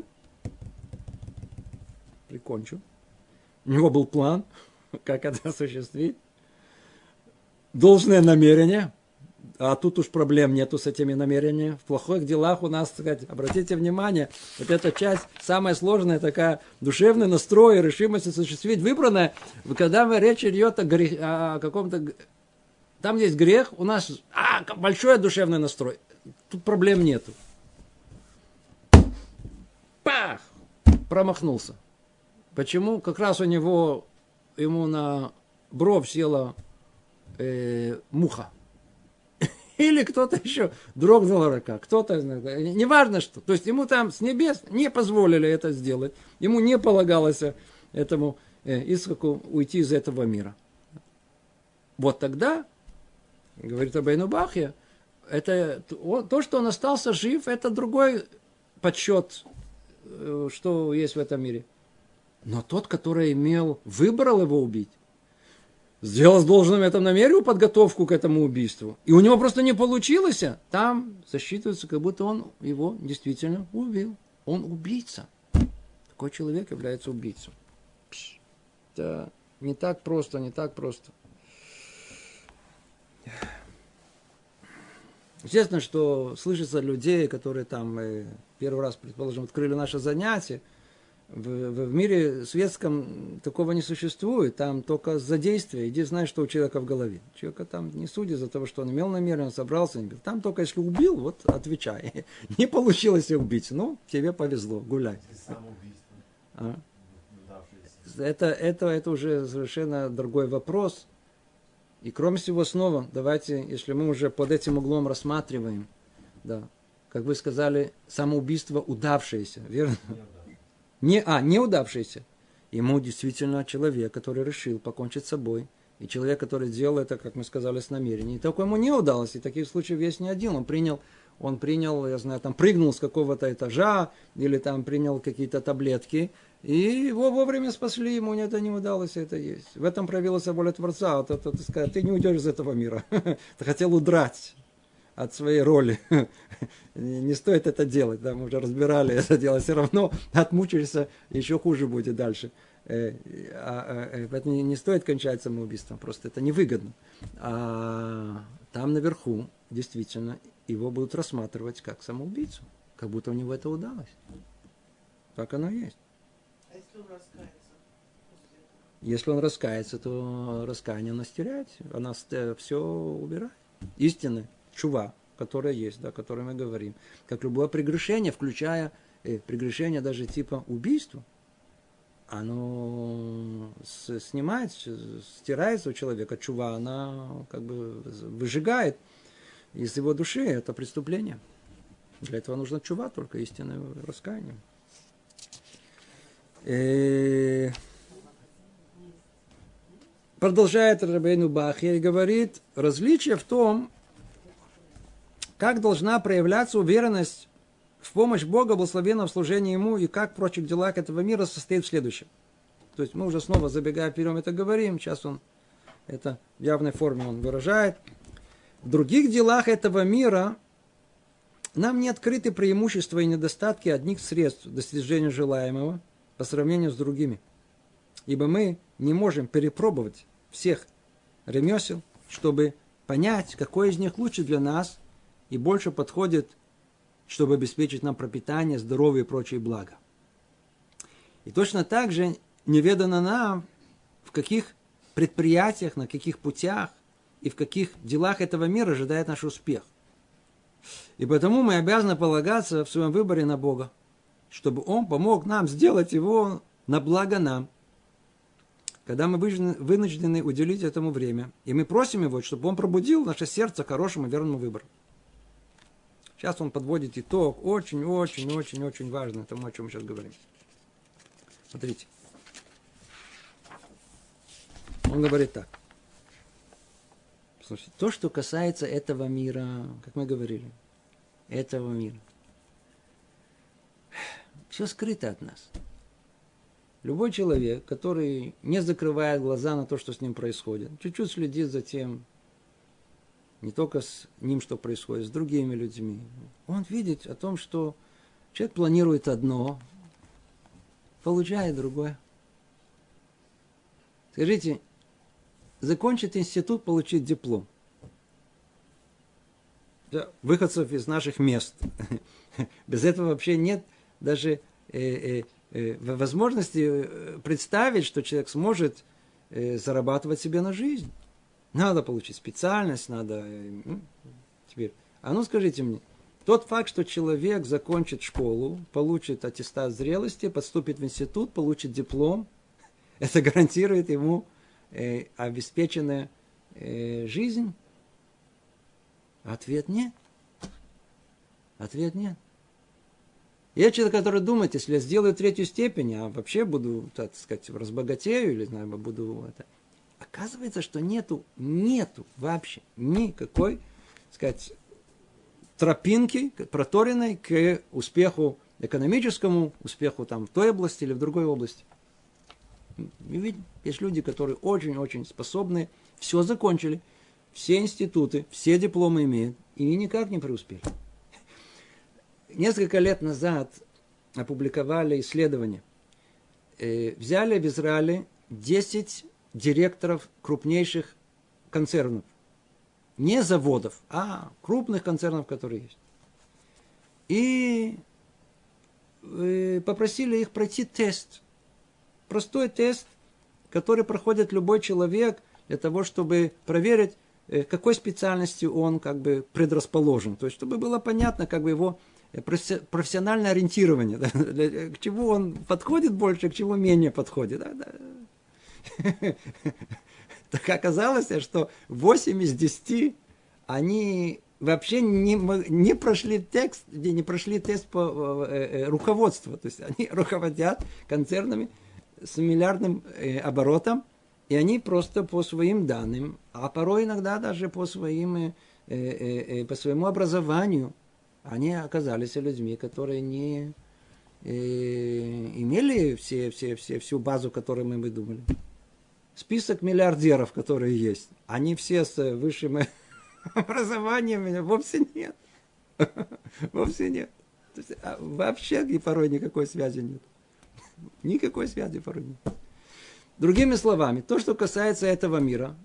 прикончу, у него был план, как это осуществить, должное намерение, а тут уж проблем нету с этими намерениями. В плохих делах у нас, так сказать, обратите внимание, вот эта часть, самая сложная, такая душевный настрой, решимость осуществить выбранное, когда речь идет о, грех, о каком-то... Там есть грех, у нас а, большой душевный настрой. Тут проблем нету. Пах! Промахнулся. Почему? Как раз у него, ему на бровь села э, муха. Или кто-то еще дрогнула рука, кто-то, неважно что. То есть ему там с небес не позволили это сделать. Ему не полагалось этому э, Ицхаку уйти из этого мира. Вот тогда, говорит Рабейну Бахья, это, то, что он остался жив, это другой подсчет, э, что есть в этом мире. Но тот, который имел, выбрал его убить, сделал с должным этом намерением подготовку к этому убийству, и у него просто не получилось, там засчитывается, как будто он его действительно убил. Он убийца. Такой человек является убийцей. Это не так просто, не так просто. Естественно, что слышится людей, которые там первый раз, предположим, открыли наше занятие. В, в, в мире светском такого не существует. Там только за действие. Иди знай, что у человека в голове. Человека там не судят за того, что он имел намерение, он собрался, не бил. Там только если убил, вот отвечай. Не получилось убить. Ну, тебе повезло, гуляй. А? Это, это, это уже совершенно другой вопрос. И кроме всего, снова, давайте, если мы уже под этим углом рассматриваем, да, как вы сказали, самоубийство удавшееся, верно? Не, а, неудавшийся. Ему действительно человек, который решил покончить с собой. И человек, который сделал это, как мы сказали, с намерением. И только ему не удалось. И таких случаев есть не один. Он принял, он принял, я знаю, там прыгнул с какого-то этажа, или там принял какие-то таблетки. И его вовремя спасли, ему это не удалось, это есть. В этом проявилась воля Творца. Вот это, так сказать, ты не уйдешь из этого мира. Ты хотел удрать. от своей роли. Не стоит это делать, да, мы уже разбирали это дело, все равно отмучаешься, еще хуже будет дальше. Поэтому не стоит кончать самоубийством, просто это невыгодно. А там наверху, действительно, его будут рассматривать как самоубийцу, как будто у него это удалось. Так оно и есть. А если он раскается? Если он раскается, то раскаяние она стеряет, она все убирает. Истина, чува, которая есть, да, о которой мы говорим, как любое прегрешение, включая э, прегрешение даже типа убийства, оно с, снимает, стирается у человека, чува, она как бы выжигает из его души это преступление. Для этого нужно чува, только истинное раскаяние. И... Продолжает Рабейну Бахья и говорит, различие в том, как должна проявляться уверенность в помощь Бога, благословенного в служении Ему, и как в прочих делах этого мира состоит в следующем. То есть мы уже снова, забегая вперед, это говорим, сейчас он это в явной форме он выражает. В других делах этого мира нам не открыты преимущества и недостатки одних средств достижения желаемого по сравнению с другими. Ибо мы не можем перепробовать всех ремесел, чтобы понять, какой из них лучше для нас и больше подходит, чтобы обеспечить нам пропитание, здоровье и прочие блага. И точно так же неведано нам, в каких предприятиях, на каких путях и в каких делах этого мира ожидает наш успех. И потому мы обязаны полагаться в своем выборе на Бога, чтобы Он помог нам сделать его на благо нам. Когда мы вынуждены уделить этому время, и мы просим Его, чтобы Он пробудил наше сердце к хорошему и верному выбору. Сейчас он подводит итог, очень-очень-очень-очень важно тому, о чем мы сейчас говорим. Смотрите. Он говорит так. Слушайте, то, что касается этого мира, как мы говорили, этого мира, все скрыто от нас. Любой человек, который не закрывает глаза на то, что с ним происходит, чуть-чуть следит за тем, не только с ним, что происходит, с другими людьми, он видит о том, что человек планирует одно, получает другое. Скажите, закончить институт, получить диплом. Выходцев из наших мест. Без этого вообще нет даже э, э, возможности представить, что человек сможет э, зарабатывать себе на жизнь. Надо получить специальность, надо... Э, теперь. А ну скажите мне, тот факт, что человек закончит школу, получит аттестат зрелости, поступит в институт, получит диплом, это гарантирует ему э, обеспеченную э, жизнь? Ответ нет. Ответ нет. Я человек, который думает, если я сделаю третью степень, а вообще буду, так сказать, разбогатею, или знаю, буду это. Оказывается, что нету, нету вообще никакой, так сказать, тропинки проторенной к успеху экономическому, успеху там в той области или в другой области. Мы видим, есть люди, которые очень-очень способны, все закончили, все институты, все дипломы имеют, и никак не преуспели. Несколько лет назад опубликовали исследование. Э, взяли в Израиле десять директоров крупнейших концернов. Не заводов, а крупных концернов, которые есть. И э, попросили их пройти тест. Простой тест, который проходит любой человек для того, чтобы проверить, э, к какой специальности он как бы предрасположен. То есть, чтобы было понятно, как бы его профессиональное ориентирование, да, к чему он подходит больше, к чему менее подходит. Да, да. Так оказалось, что восемь из десяти они вообще не, не прошли текст, не прошли тест по э, э, руководству. То есть они руководят концернами с миллиардным э, оборотом, и они просто по своим данным, а порой иногда даже по, своим, э, э, э, по своему образованию, они оказались людьми, которые не э, имели все, все, все, всю базу, которую мы бы думали. Список миллиардеров, которые есть, они все с высшим Образования у меня вовсе нет. Вовсе нет. То есть, а вообще и порой никакой связи нет. Никакой связи порой нет. Другими словами, то, что касается этого мира,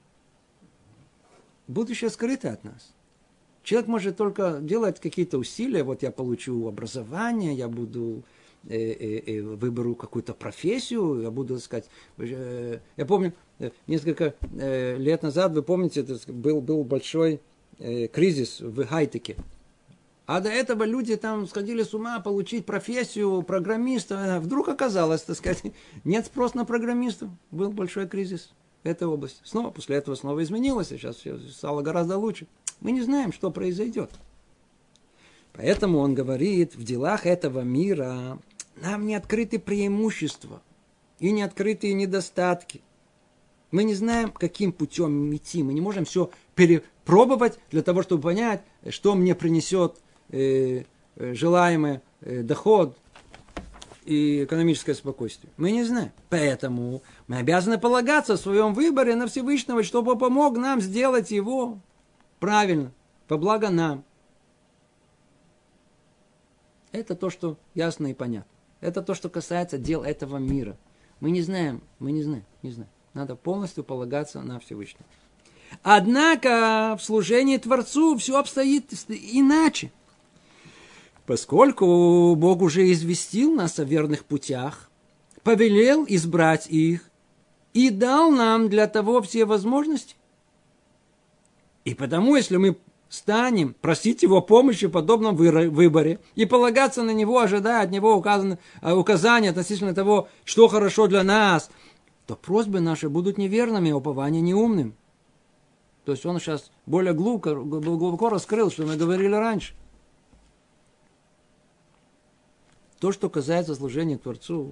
будущее скрыто от нас. Человек может только делать какие-то усилия. Вот я получу образование, я буду э, э, э, выберу какую-то профессию, я буду сказать. Э, я помню несколько э, лет назад, вы помните, был был большой э, кризис в хай-теке. А до этого люди там сходили с ума получить профессию программиста. Вдруг оказалось, так сказать, нет спроса на программистов. Был большой кризис в этой области. Снова, после этого снова изменилось, и сейчас все стало гораздо лучше. Мы не знаем, что произойдет. Поэтому он говорит, в делах этого мира нам не открыты преимущества и не открыты недостатки. Мы не знаем, каким путем идти. Мы не можем все перепробовать для того, чтобы понять, что мне принесет э, желаемый э, доход и экономическое спокойствие. Мы не знаем. Поэтому мы обязаны полагаться в своем выборе на Всевышнего, чтобы помог нам сделать его правильно, по благо нам. Это то, что ясно и понятно. Это то, что касается дел этого мира. Мы не знаем, мы не знаем, не знаем. Надо полностью полагаться на Всевышнего. Однако в служении Творцу все обстоит иначе. Поскольку Бог уже известил нас о верных путях, повелел избрать их и дал нам для того все возможности. И потому, если мы станем просить Его помощи в подобном выборе и полагаться на Него, ожидая от Него указания относительно того, что хорошо для нас, то просьбы наши будут неверными, а упование неумным. То есть он сейчас более глубоко, глубоко раскрыл, что мы говорили раньше. То, что касается служения Творцу,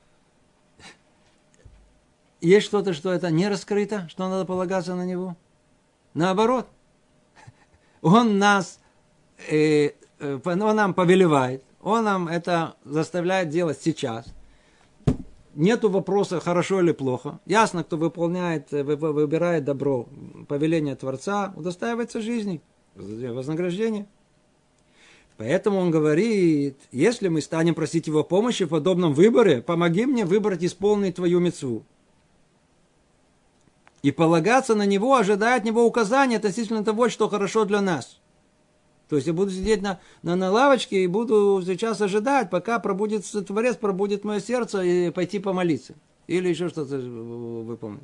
есть что-то, что это не раскрыто, что надо полагаться на Него. Наоборот, Он нас, э, э, Он нам повелевает, Он нам это заставляет делать сейчас. Нету вопроса, хорошо или плохо. Ясно, кто выполняет, выбирает добро, повеление Творца, удостаивается жизни, вознаграждения. Поэтому он говорит, если мы станем просить Его помощи в подобном выборе, помоги мне выбрать исполнить Твою мицву. И полагаться на Него, ожидая от Него указания относительно того, что хорошо для нас. То есть я буду сидеть на, на, на лавочке и буду сейчас ожидать, пока пробудится Творец, пробудит мое сердце и пойти помолиться. Или еще что-то выполнить.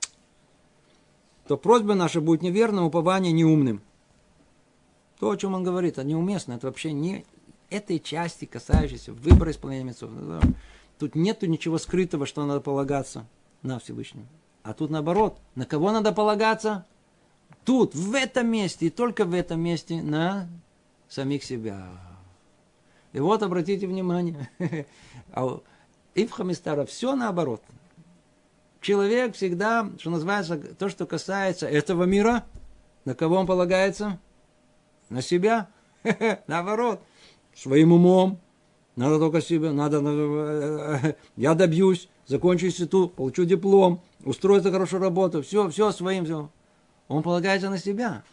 То просьба наша будет неверным, упование неумным. То, о чем он говорит, это неуместно. Это вообще не этой части, касающейся выбора исполнения мицвот. Тут нету ничего скрытого, что надо полагаться на Всевышнего. А тут наоборот. На кого надо полагаться? Тут, в этом месте, и только в этом месте, на самих себя. И вот, обратите внимание, Ифхам и Стара, все наоборот. Человек всегда, что называется, то, что касается этого мира, на кого он полагается? На себя. Наоборот. Своим умом. Надо только себе, надо, надо я добьюсь, закончу институт, получу диплом, устрою за хорошую работу, все, все своим, все. Он полагается на себя.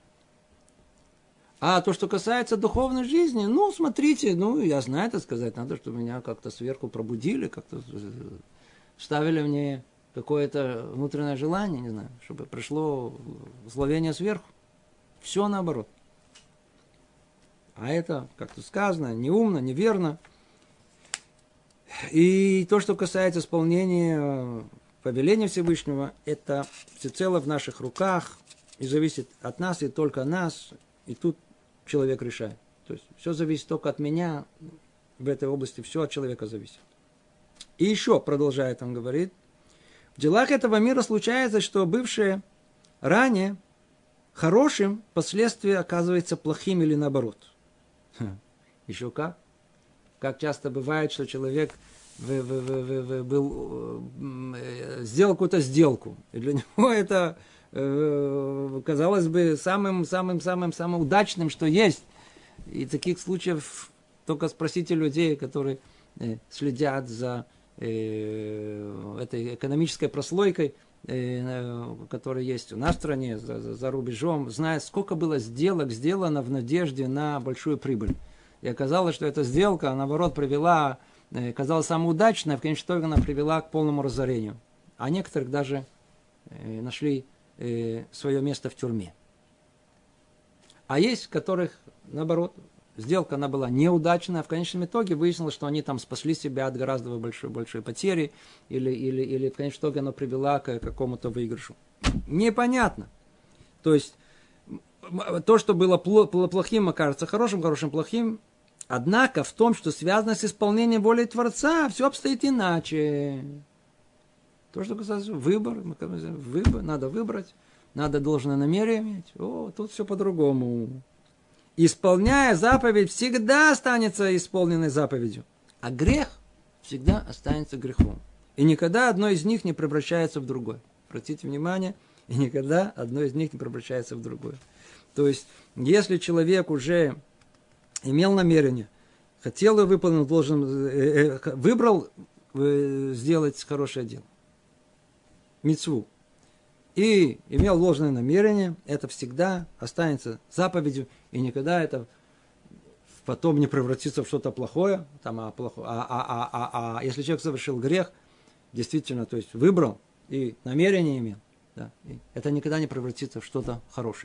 А то, что касается духовной жизни, ну, смотрите, ну, я знаю это сказать, надо, чтобы меня как-то сверху пробудили, как-то вставили мне какое-то внутреннее желание, не знаю, чтобы пришло словение сверху. Все наоборот. А это, как тут сказано, неумно, неверно. И то, что касается исполнения повеления Всевышнего, это всецело в наших руках и зависит от нас и только от нас. И тут человек решает. То есть все зависит только от меня. В этой области все от человека зависит. И еще, продолжает он говорит, в делах этого мира случается, что бывшее ранее хорошим впоследствии оказывается плохим или наоборот. Еще как? Как часто бывает, что человек в, в, в, в, был, сделал какую-то сделку. И для него это казалось бы самым-самым-самым-самым удачным, что есть. И таких случаев только спросите людей, которые следят за этой экономической прослойкой который есть у нас в стране, за, за рубежом, знает, сколько было сделок сделано в надежде на большую прибыль. И оказалось, что эта сделка, наоборот, привела, казалась самой удачной, а в конечном итоге она привела к полному разорению. А некоторых даже нашли свое место в тюрьме. А есть, которых, наоборот, сделка она была неудачная, а в конечном итоге выяснилось, что они там спасли себя от гораздо большой, большой потери, или, или, или в конечном итоге она привела к какому-то выигрышу. Непонятно. То есть, то, что было плохим, окажется хорошим, хорошим, плохим. Однако, в том, что связано с исполнением воли Творца, все обстоит иначе. То, что касается выбора, выбор, надо выбрать, надо должное намерение иметь. О, тут все по-другому. Исполняя заповедь, всегда останется исполненной заповедью. А грех всегда останется грехом. И никогда одно из них не превращается в другое. Обратите внимание, и никогда одно из них не превращается в другое. То есть, если человек уже имел намерение, хотел и выполнил, должен, выбрал сделать хорошее дело, мицву, и имел ложное намерение, это всегда останется заповедью, и никогда это потом не превратится в что-то плохое. Там, а, плохое а, а, а, а, а если человек совершил грех, действительно, то есть выбрал и намерение имел, да, и это никогда не превратится в что-то хорошее.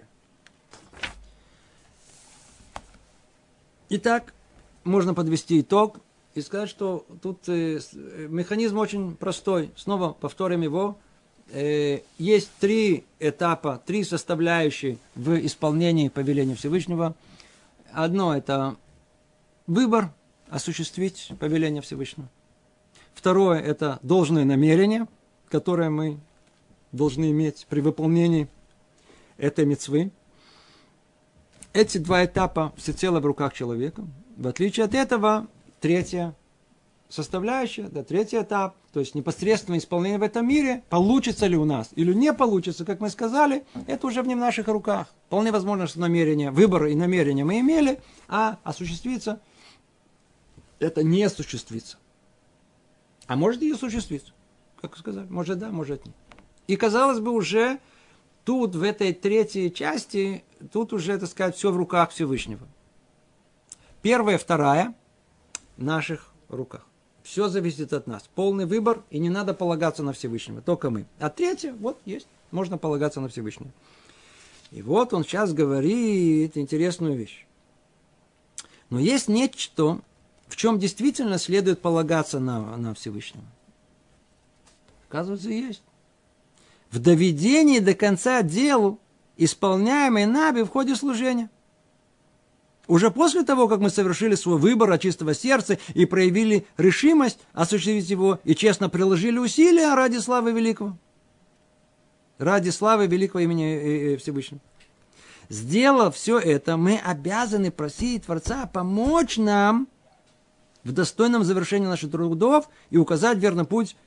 Итак, можно подвести итог и сказать, что тут э, механизм очень простой. Снова повторим его. Есть три этапа, три составляющие в исполнении повеления Всевышнего. Одно – это выбор, осуществить повеление Всевышнего. Второе – это должное намерение, которое мы должны иметь при выполнении этой мицвы. Эти два этапа всецело в руках человека. В отличие от этого, третье составляющая, да, третий этап, то есть непосредственное исполнение в этом мире, получится ли у нас или не получится, как мы сказали, это уже в не в наших руках. Вполне возможно, что намерение, выбор и намерение мы имели, а осуществиться это не осуществится. А может и осуществиться, как сказать, может да, может нет. И казалось бы уже тут, в этой третьей части, тут уже, так сказать, все в руках Всевышнего. Первая, вторая в наших руках. Все зависит от нас. Полный выбор, и не надо полагаться на Всевышнего, только мы. А третье, вот есть, можно полагаться на Всевышнего. И вот он сейчас говорит интересную вещь. Но есть нечто, в чем действительно следует полагаться на, на Всевышнего. Оказывается, есть. В доведении до конца делу, исполняемой нами в ходе служения. Уже после того, как мы совершили свой выбор от чистого сердца и проявили решимость осуществить его, и честно приложили усилия ради славы великого. Ради славы великого имени Всевышнего. Сделав все это, мы обязаны просить Творца помочь нам в достойном завершении наших трудов и указать верный путь,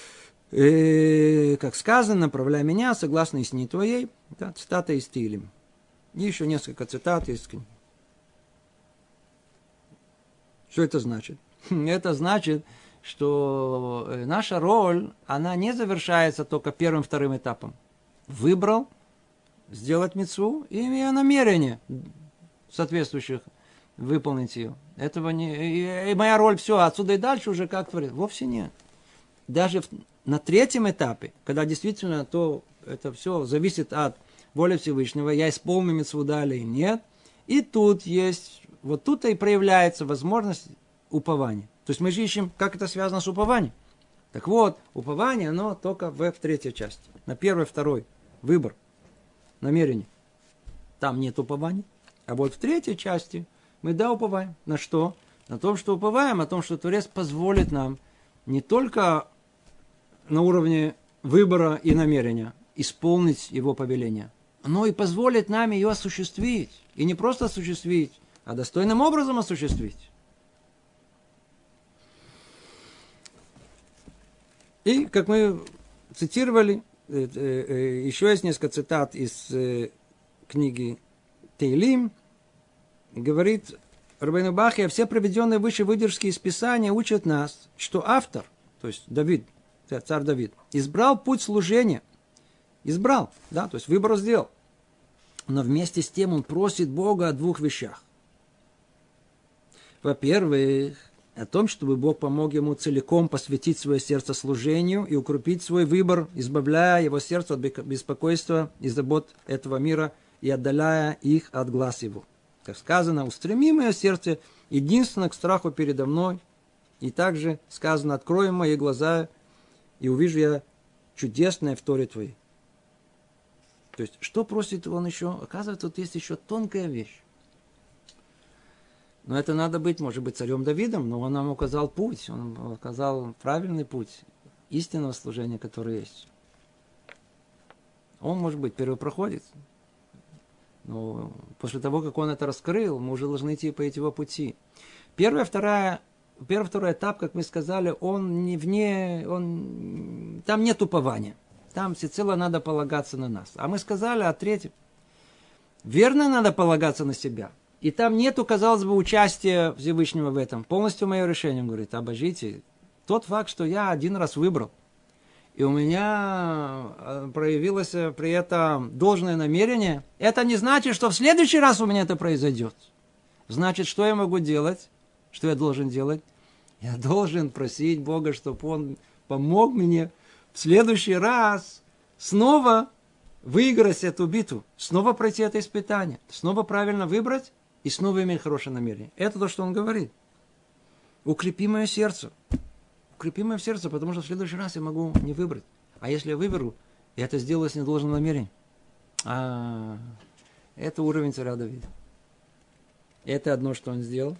э, как сказано, направляй меня согласно истине твоей. Да, цитата из Тилим. И еще несколько цитат из книги. Что это значит? Это значит, что наша роль, она не завершается только первым, вторым этапом. Выбрал сделать мицву и имея намерение соответствующих выполнить ее. Этого не... И моя роль, все, отсюда и дальше уже как творит. Вовсе нет. Даже на третьем этапе, когда действительно то, это все зависит от воли Всевышнего, я исполню мицву далее или нет, и тут есть... Вот тут-то и проявляется возможность упования. То есть мы же ищем, как это связано с упованием. Так вот, упование, оно только в, в третьей части. На первой, второй. Выбор. Намерение. Там нет упования. А вот в третьей части мы да уповаем. На что? На том, что уповаем, о том, что Творец позволит нам не только на уровне выбора и намерения исполнить его повеление, но и позволит нам ее осуществить. И не просто осуществить, а достойным образом осуществить. И, как мы цитировали, еще есть несколько цитат из книги Теилим. Говорит Рабейну Бахья, все приведенные выше выдержки из Писания учат нас, что автор, то есть Давид, царь Давид, избрал путь служения избрал, да, то есть выбор сделал. Но вместе с тем он просит Бога о двух вещах. Во-первых, о том, чтобы Бог помог ему целиком посвятить свое сердце служению и укрепить свой выбор, избавляя его сердце от беспокойства и забот этого мира и отдаляя их от глаз его. Как сказано, устреми мое сердце единственно к страху передо мной. И также сказано, открой мои глаза, и увижу я чудесное в Торе твоей. То есть, что просит он еще? Оказывается, тут есть еще тонкая вещь. Но это надо быть, может быть, царем Давидом, но он нам указал путь, он указал правильный путь истинного служения, которое есть. Он, может быть, первопроходец. Но после того, как он это раскрыл, мы уже должны идти по его пути. Первая, вторая, первый, второй этап, как мы сказали, он не вне, он, там нет упования. Там всецело надо полагаться на нас. А мы сказали о третьем. Верно, надо полагаться на себя. И там нету, казалось бы, участия Всевышнего в этом. Полностью мое решение, он говорит, обождите. Тот факт, что я один раз выбрал, и у меня проявилось при этом должное намерение, это не значит, что в следующий раз у меня это произойдет. Значит, что я могу делать? Что я должен делать? Я должен просить Бога, чтобы Он помог мне в следующий раз снова выиграть эту битву, снова пройти это испытание, снова правильно выбрать и снова иметь хорошее намерение. Это то, что Он говорит. Укрепи мое сердце. Укрепи мое сердце, потому что в следующий раз я могу не выбрать. А если я выберу, я это сделаю с недолжным намерением. А, это уровень царя Давида. Это одно, что он сделал.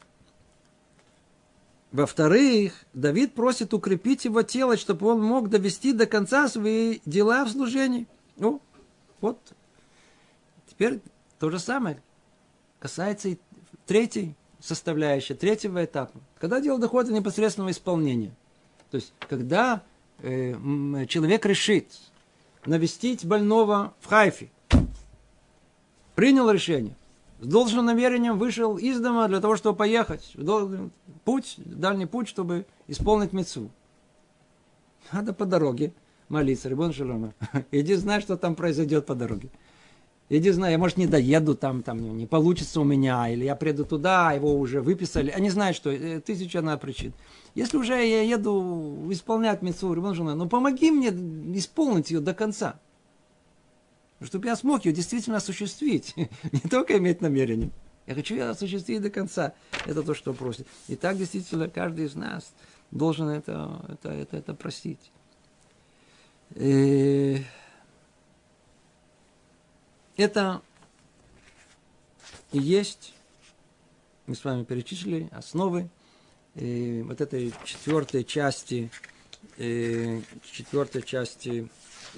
Во-вторых, Давид просит укрепить его тело, чтобы он мог довести до конца свои дела в служении. Ну, вот. Теперь то же самое касается и третьей составляющей, третьего этапа. Когда дело доходит до непосредственного исполнения. То есть, когда э, человек решит навестить больного в Хайфе, принял решение, с должным намерением вышел из дома для того, чтобы поехать, в путь, дальний путь, чтобы исполнить мицву. Надо по дороге молиться, Рибон Шелома. Иди знай, что там произойдет по дороге. Иди знай, я, может, не доеду, там, там не получится у меня, или я приеду туда, его уже выписали. Они знают, что тысяча одна причин. Если уже я еду исполнять мицву, Рибон Шелома, ну помоги мне исполнить ее до конца. Чтобы я смог ее действительно осуществить. Не только иметь намерение. Я хочу ее осуществить до конца. Это то, что просит. И так действительно каждый из нас должен это, это, это, это простить. И это и есть, мы с вами перечислили, основы и вот этой четвертой части, четвертой части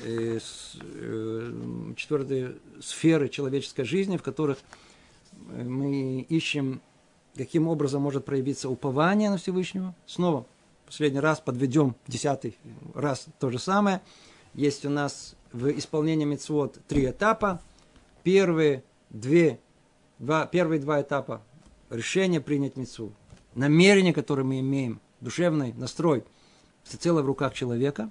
четвертой сферы человеческой жизни, в которых мы ищем, каким образом может проявиться упование на Всевышнего. Снова, последний раз подведем, десятый раз то же самое. Есть у нас в исполнении мицвот три этапа. Первые, две, два, первые два этапа решение принять мицву. Намерение, которое мы имеем, душевный настрой, всецело в руках человека.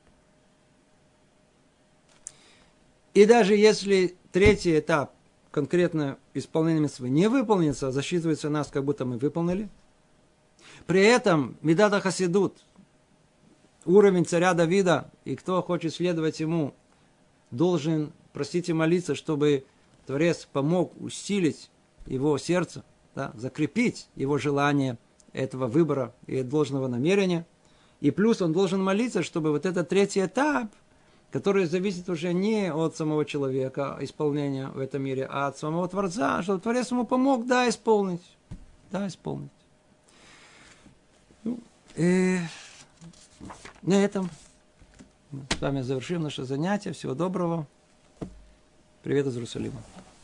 И даже если третий этап, конкретно исполнение мицвы, не выполнится, засчитывается нас, как будто мы выполнили. При этом Мидата Хасидут, уровень царя Давида, и кто хочет следовать ему, должен просить и молиться, чтобы Творец помог усилить его сердце, да, закрепить его желание этого выбора и должного намерения. И плюс он должен молиться, чтобы вот этот третий этап, который зависит уже не от самого человека, исполнения в этом мире, а от самого Творца, чтобы Творец ему помог, да, исполнить. Да, исполнить. Ну, и на этом мы с вами завершим наше занятие. Всего доброго. Привет из Иерусалима.